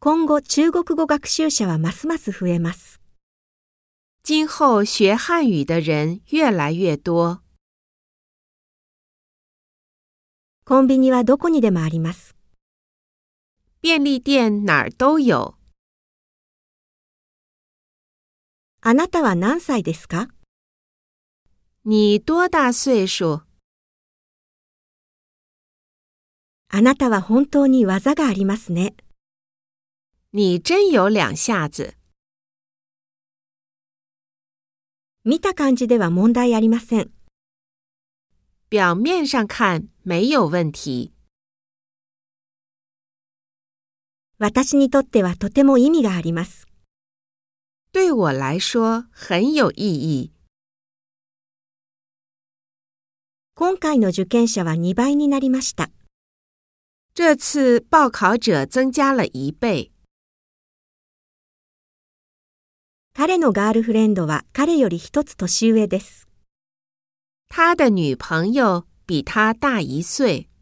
今後中国語学習者はますます増えます。 今後学漢語的人越來越多。 コンビニはどこにでもあります。 便利店哪兒都有。 あなたは何歳ですか？ 你多大歲數？ あなたは本当に技がありますね。 你真有兩下子。 見た感じでは問題ありません。 表面上看沒有問題。 私にとってはとても意味があります。 對我來說很有意義。 今回の受験者は2倍になりました。 這次報考者增加了1倍。 彼のガールフレンドは彼より1つ年上です。 他的女朋友比他大1歲。